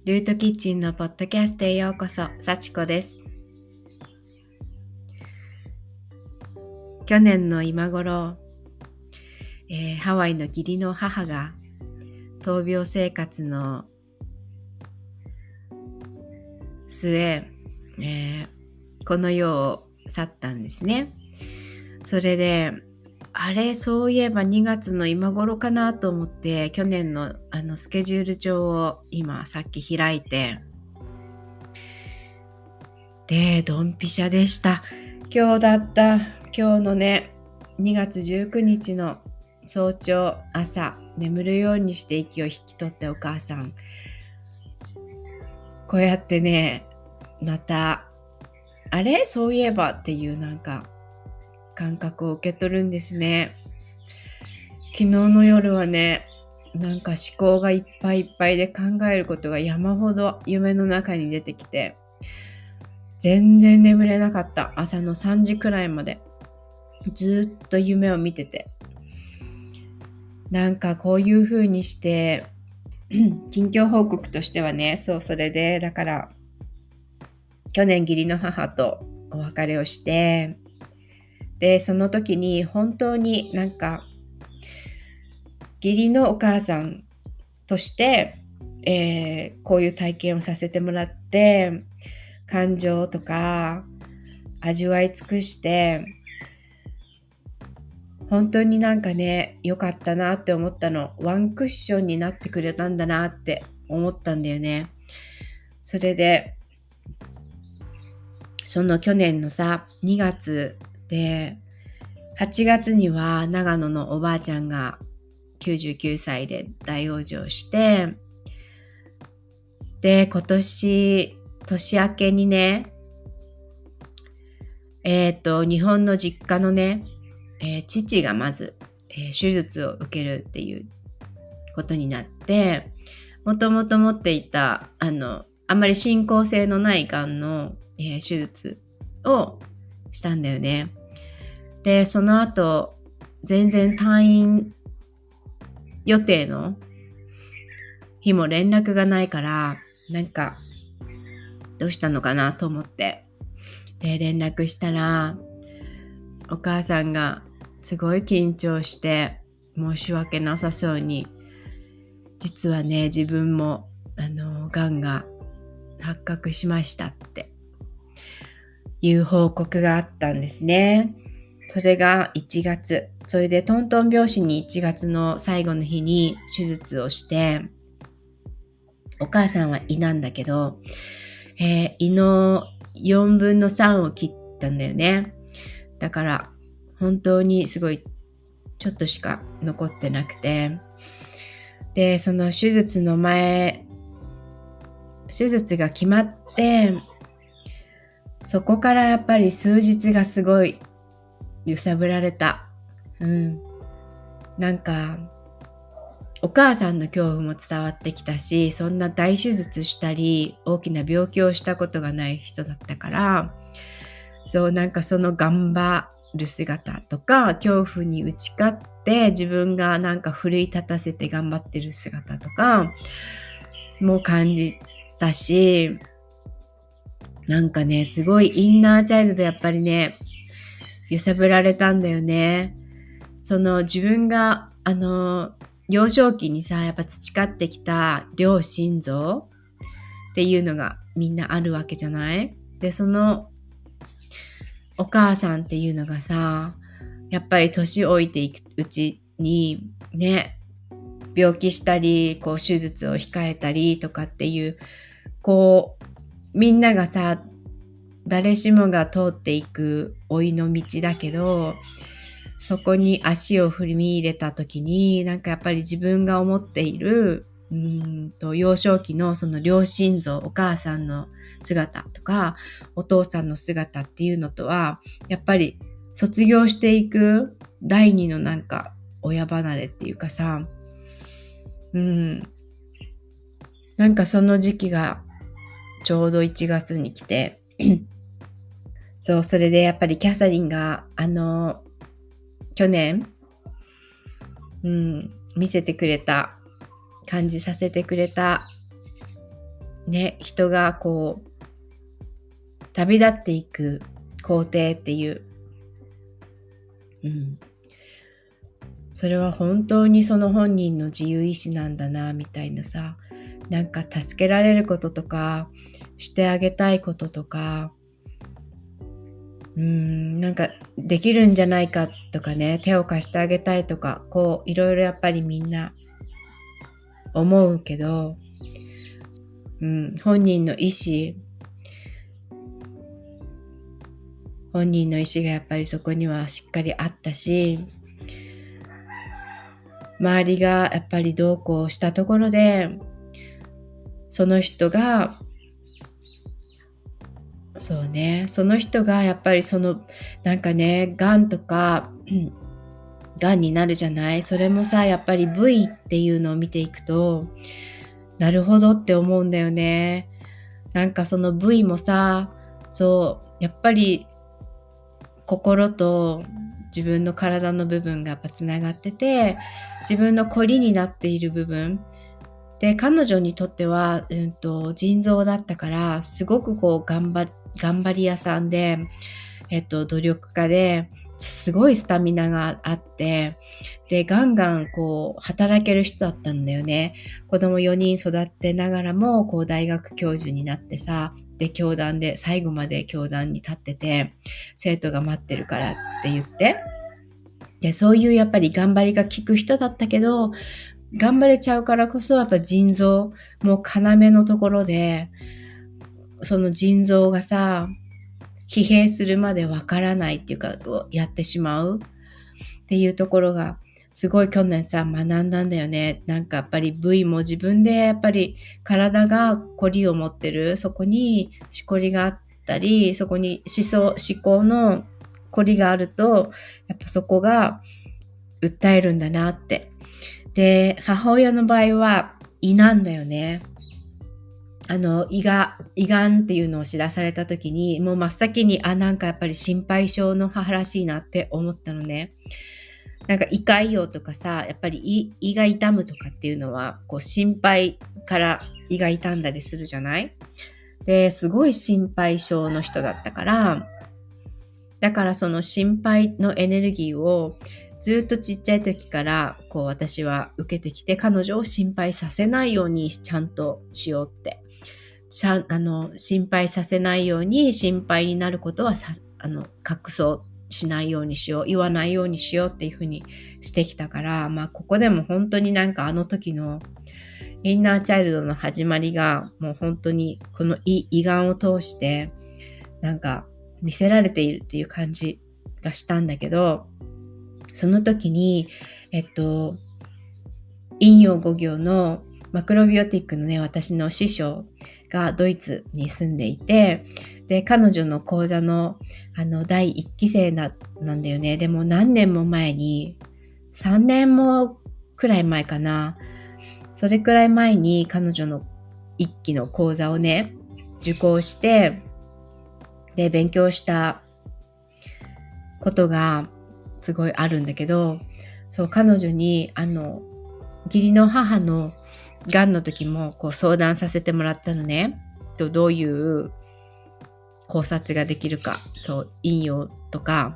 ルートキッチンのポッドキャストへようこそ、幸子です。去年の今頃、ハワイの義理の母が闘病生活の末、この世を去ったんですね。それで、そういえば2月の今頃かなと思って、去年のスケジュール帳を今さっき開いて、で、ドンピシャでした。今日のね、2月19日の早朝、朝、眠るようにして息を引き取ってお母さん。こうやってね、また、そういえばっていう感覚を受け取るんですね。昨日の夜はね、思考がいっぱいいっぱいで考えることが山ほど夢の中に出てきて、全然眠れなかった。朝の3時くらいまでずっと夢を見てて、こういう風にして近況報告としてはね、それでだから去年義理の母とお別れをして、でその時に本当に義理のお母さんとして、こういう体験をさせてもらって、感情とか味わい尽くして、本当に良かったなって思ったの。ワンクッションになってくれたんだなって思ったんだよね。それで、その去年の2月で、8月には長野のおばあちゃんが99歳で大往生して、で、今年、年明けにね、日本の実家のね、父がまず、手術を受けるっていうことになって、もともと持っていたあんまり進行性のないがんの、手術をしたんだよね。でその後全然退院予定の日も連絡がないから、どうしたのかなと思って、で連絡したら、お母さんがすごい緊張して申し訳なさそうに、実はね、自分もがんが発覚しましたっていう報告があったんですね。それが1月。それでトントン拍子に1月の最後の日に手術をして、お母さんは胃なんだけど、胃の4分の3を切ったんだよね。だから本当にすごいちょっとしか残ってなくて、でその手術の前、手術が決まって、そこからやっぱり数日がすごい揺さぶられた。お母さんの恐怖も伝わってきたし、そんな大手術したり大きな病気をしたことがない人だったから、その頑張る姿とか、恐怖に打ち勝って自分が奮い立たせて頑張ってる姿とかも感じたし、すごいインナーチャイルド、やっぱりね、揺さぶられたんだよね。その自分が幼少期にやっぱ培ってきた両親像っていうのがみんなあるわけじゃない？でそのお母さんっていうのがやっぱり年老いていくうちにね、病気したり手術を控えたりとかっていうみんなが誰しもが通っていく老いの道だけど、そこに足を踏み入れた時にやっぱり自分が思っている幼少期のその両親像、お母さんの姿とかお父さんの姿っていうのとはやっぱり卒業していく第二の親離れっていうかその時期がちょうど1月に来てそれでやっぱりキャサリンが去年、見せてくれた、感じさせてくれたね、人がこう旅立っていく工程っていう、それは本当にその本人の自由意志なんだなみたいなさ、なんか助けられることとかしてあげたいこととか、なんかできるんじゃないかとかね、手を貸してあげたいとか、こういろいろやっぱりみんな思うけど、本人の意思がやっぱりそこにはしっかりあったし、周りがやっぱりどうこうしたところで、その人がやっぱりなんかね、がんとか、がんになるじゃない。それもさ、やっぱり部位っていうのを見ていくと、なるほどって思うんだよね。なんかその部位もさ、やっぱり心と自分の体の部分がやっぱつながってて、自分のコリになっている部分で、彼女にとっては、腎臓だったから、すごくこう頑張り屋さんで、努力家ですごいスタミナがあって、でガンガンこう働ける人だったんだよね。子供4人育ってながらもこう大学教授になってさ、で教壇で最後まで教壇に立ってて、生徒が待ってるからって言って、でそういうやっぱり頑張りが効く人だったけど、頑張れちゃうからこそやっぱ腎臓も要のところで、その腎臓がさ疲弊するまでわからないっていうかやってしまうっていうところがすごい去年さ学んだんだよね。なんかやっぱり部位も自分でやっぱり体がコリを持ってる、そこにしこりがあったり、そこに思考のコリがあるとやっぱそこが訴えるんだなって。で母親の場合は胃なんだよね。胃がんっていうのを知らされた時に、もう真っ先になんかやっぱり心配性の母らしいなって思ったのね。なんか胃潰瘍とかさ、やっぱり胃が痛むとかっていうのはこう心配から胃が痛んだりするじゃない。ですごい心配性の人だったから、だからその心配のエネルギーをずっとちっちゃい時からこう私は受けてきて、彼女を心配させないようにちゃんとしようって、心配させないように、心配になることは隠そうしないようにしよう、言わないようにしようっていうふうにしてきたから、ここでも本当になんかあの時のインナーチャイルドの始まりがもう本当にこの胃がんを通してなんか見せられているっていう感じがしたんだけど、その時に陰陽五行のマクロビオティックのね、私の師匠がドイツに住んでいて、で彼女の講座の第1期生なんだよね。でも何年も前に、3年もくらい前かな、それくらい前に彼女の1期の講座をね受講して、で勉強したことがすごいあるんだけど、そう彼女に義理の母のがんの時もこう相談させてもらったのね。どういう考察ができるか、陰陽とか、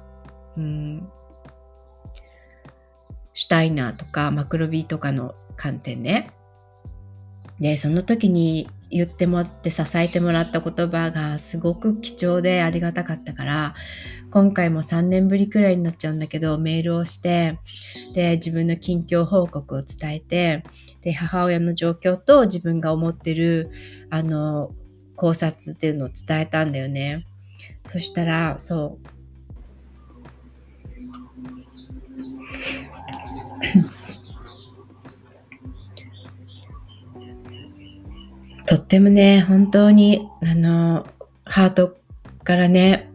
シュタイナーとかマクロビーとかの観点ね。でその時に言ってもらって支えてもらった言葉がすごく貴重でありがたかったから、今回も3年ぶりくらいになっちゃうんだけど、メールをして、で自分の近況報告を伝えて、で母親の状況と自分が思ってる考察っていうのを伝えたんだよね。そしたらとってもね、本当にハートからね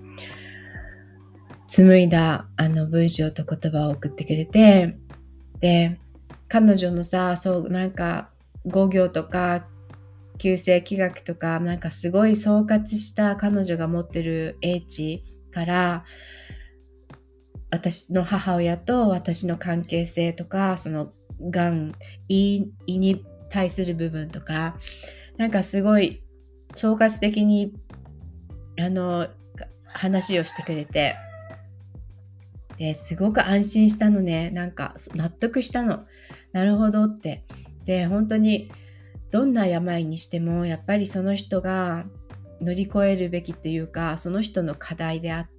紡いだ文章と言葉を送ってくれて、で彼女のさ、なんか5行とか旧世紀学とか、なんかすごい総括した彼女が持ってる英知から、私の母親と私の関係性とか、そのがん、胃に対する部分とか、 なんかすごい総括的に話をしてくれて、ですごく安心したのね。なんか納得したの。なるほどって。で、本当にどんな病にしてもやっぱりその人が乗り越えるべきというか、その人の課題であって、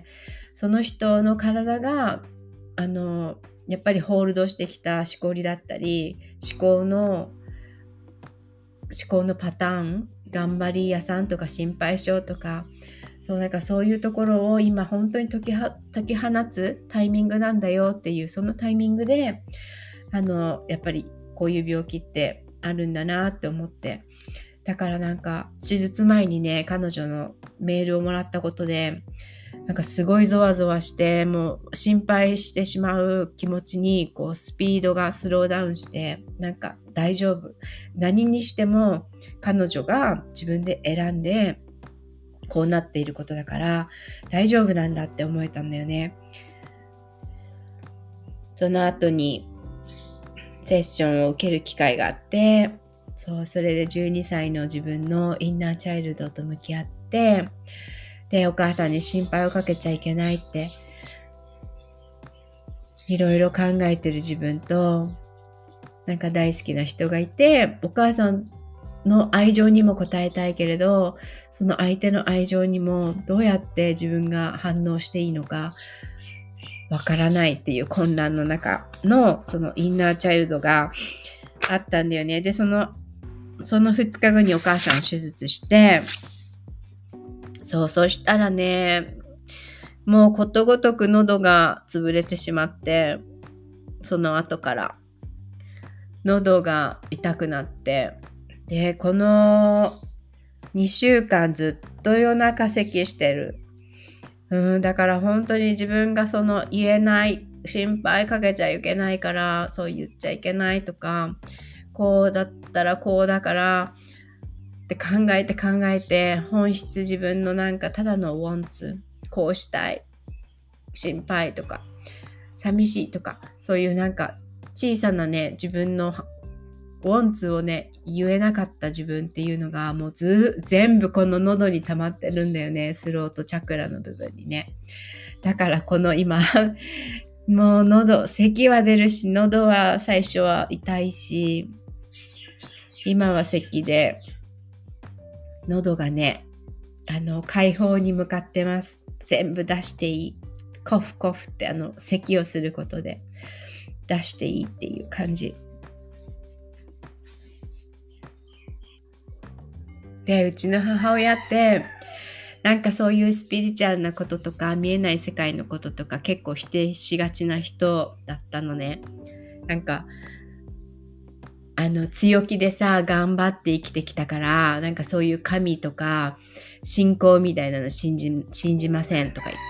その人の体がやっぱりホールドしてきたしこりだったり、思考のパターン、頑張り屋さんとか心配性とか、なんかそういうところを今本当に解き放つタイミングなんだよっていう、そのタイミングでやっぱりこういう病気ってあるんだなって思って、だからなんか手術前にね、彼女のメールをもらったことで、なんかすごいゾワゾワして、もう心配してしまう気持ちにこうスピードがスローダウンして、なんか大丈夫、何にしても彼女が自分で選んでこうなっていることだから大丈夫なんだって思えたんだよね。その後にセッションを受ける機会があって、それで12歳の自分のインナーチャイルドと向き合って、で、お母さんに心配をかけちゃいけないっていろいろ考えてる自分と、なんか大好きな人がいて、お母さんの愛情にも応えたいけれど、その相手の愛情にもどうやって自分が反応していいのかわからないっていう混乱の中のそのインナーチャイルドがあったんだよね。で、その2日後にお母さん手術して、そしたらね、もうことごとく喉が潰れてしまって、その後から喉が痛くなって、で、この2週間ずっと夜中咳してる。だから本当に自分が言えない、心配かけちゃいけないから、そう言っちゃいけないとか、こうだったらこうだからって考えて、本質自分のなんかただの wants、こうしたい、心配とか寂しいとか、そういうなんか小さなね、自分のwantsをね、言えなかった自分っていうのがもう全部この喉に溜まってるんだよね。スロートチャクラの部分にね。だからこの今もう咳は出るし、喉は最初は痛いし、今は咳で喉がね、解放に向かってます。全部出していい。コフコフって咳をすることで出していいっていう感じ。で、うちの母親ってなんかそういうスピリチュアルなこととか見えない世界のこととか結構否定しがちな人だったのね。なんか強気でさ、頑張って生きてきたから、なんかそういう神とか信仰みたいなの信じませんとか言って、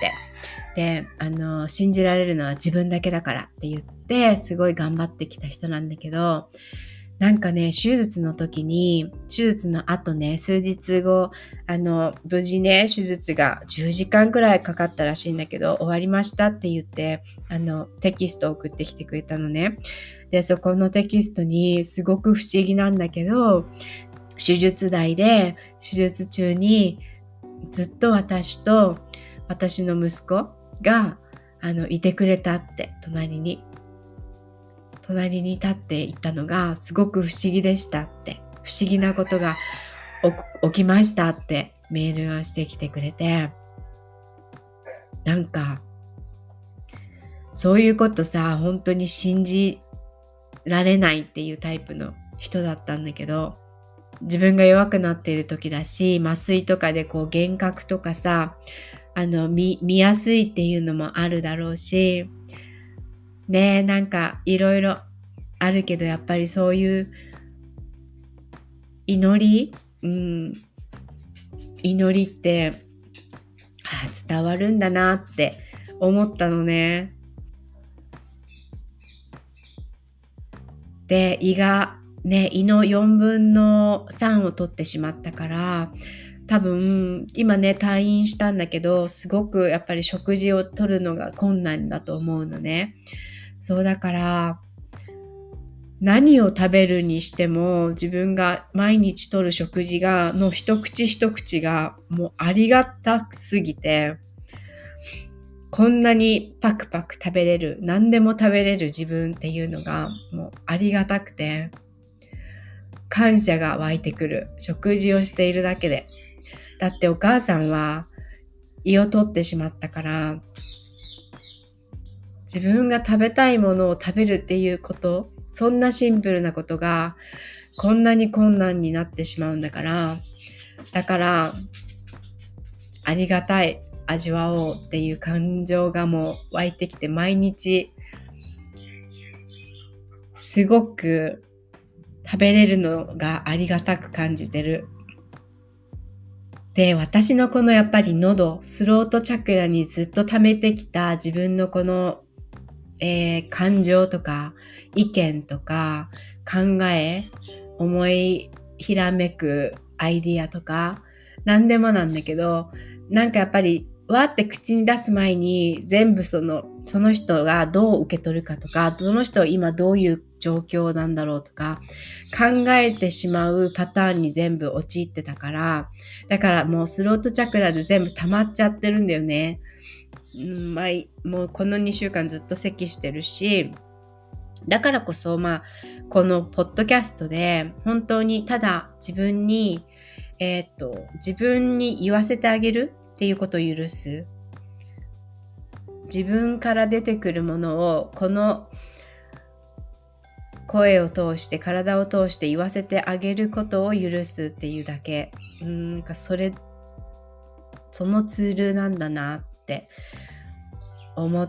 で、信じられるのは自分だけだからって言ってすごい頑張ってきた人なんだけど、なんかね、手術の後ね、数日後、無事ね、手術が10時間くらいかかったらしいんだけど、終わりましたって言って、テキストを送ってきてくれたのね。で、そこのテキストにすごく不思議なんだけど、手術台で、手術中にずっと私と私の息子が、いてくれたって、隣に立っていたのがすごく不思議でしたって、不思議なことが起きましたってメールがしてきてくれて、なんかそういうことさ、本当に信じられないっていうタイプの人だったんだけど、自分が弱くなっている時だし、麻酔とかでこう幻覚とかさ、見やすいっていうのもあるだろうしね、なんかいろいろあるけど、やっぱりそういう祈りって伝わるんだなって思ったのね。で、胃の4分の3を取ってしまったから、多分今ね退院したんだけど、すごくやっぱり食事を取るのが困難だと思うのね。そうだから何を食べるにしても自分が毎日とる食事の一口一口がもうありがたすぎて、こんなにパクパク食べれる、何でも食べれる自分っていうのがもうありがたくて、感謝が湧いてくる。食事をしているだけで。だってお母さんは胃を取ってしまったから、自分が食べたいものを食べるっていうこと、そんなシンプルなことがこんなに困難になってしまうんだから、ありがたい、味わおうっていう感情がもう湧いてきて、毎日すごく食べれるのがありがたく感じてる。で、私のこのやっぱり喉、スロートチャクラにずっと溜めてきた自分のこの、感情とか意見とか考え、思いひらめくアイディアとか何でもなんだけど、なんかやっぱりわーって口に出す前に全部その人がどう受け取るかとか、その人は今どういう状況なんだろうとか考えてしまうパターンに全部陥ってたから、だからもうスロートチャクラで全部溜まっちゃってるんだよね。もうこの2週間ずっと咳してるし、だからこそこのポッドキャストで本当にただ自分に言わせてあげるっていうことを許す。自分から出てくるものをこの声を通して体を通して言わせてあげることを許すっていうだけ。そのツールなんだなって思って、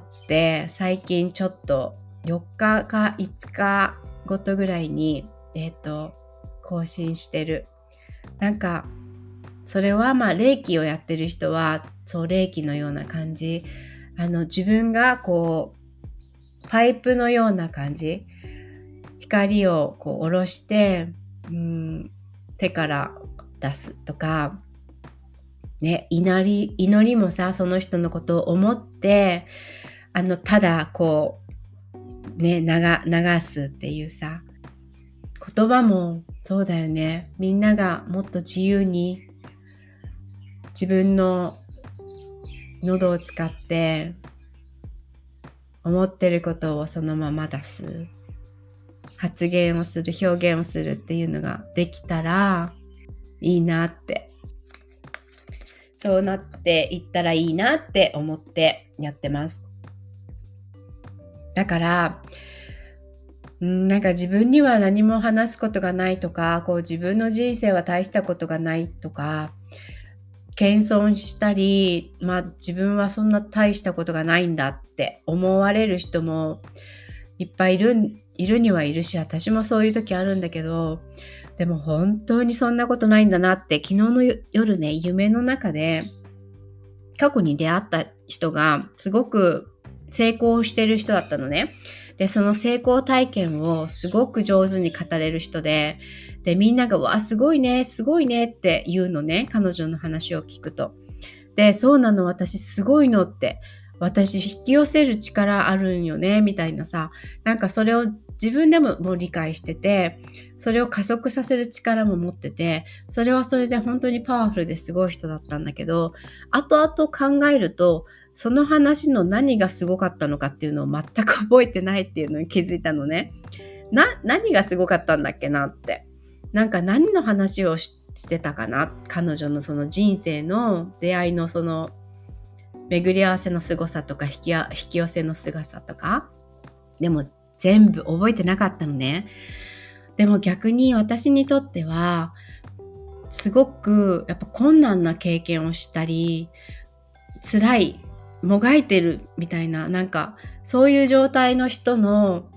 最近ちょっと4日か5日ごとぐらいに更新してる。なんかそれは霊気をやってる人はそう霊気のような感じ、自分がこうパイプのような感じ、光をこう下ろして手から出すとかね、祈りもさ、その人のことを思ってただこうね流すっていうさ、言葉もそうだよね。みんながもっと自由に自分の喉を使って思ってることをそのまま出す、発言をする、表現をするっていうのができたらいいなって、そうなっていったらいいなって思ってやってます。だからなんか自分には何も話すことがないとか、こう自分の人生は大したことがないとか謙遜したり、自分はそんな大したことがないんだって思われる人もいっぱいいるにはいるし、私もそういう時あるんだけど、でも本当にそんなことないんだなって、昨日の夜ね、夢の中で過去に出会った人がすごく成功してる人だったのね。で、その成功体験をすごく上手に語れる人で、みんながわ、すごいね、すごいねって言うのね、彼女の話を聞くと。で、そうなの、私すごいのって、私引き寄せる力あるんよね、みたいなさ、なんかそれを自分でも理解してて、それを加速させる力も持ってて、それはそれで本当にパワフルですごい人だったんだけど、後々考えると、その話の何がすごかったのかっていうのを全く覚えてないっていうのに気づいたのね。何がすごかったんだっけなって。なんか何の話をしてたかな、彼女のその人生の出会いのその巡り合わせの凄さとか引き寄せの凄さとか、でも全部覚えてなかったのね。でも逆に私にとってはすごくやっぱ困難な経験をしたり、辛い、もがいてるみたいな、なんかそういう状態の人の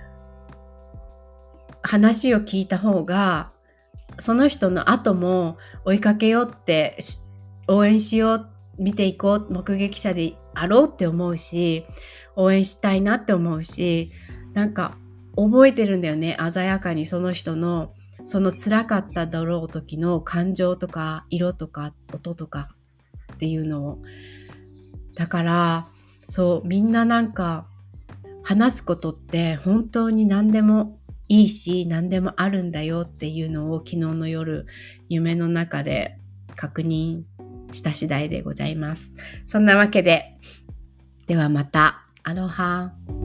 話を聞いた方が、その人の後も追いかけようって、応援しよう、見ていこう、目撃者であろうって思うし、応援したいなって思うし、なんか覚えてるんだよね、鮮やかにその人のその辛かっただろう時の感情とか色とか音とかっていうのを。だからそう、みんななんか話すことって本当に何でもいいし、何でもあるんだよっていうのを昨日の夜、夢の中で確認した次第でございます。そんなわけで、ではまた、アロハ。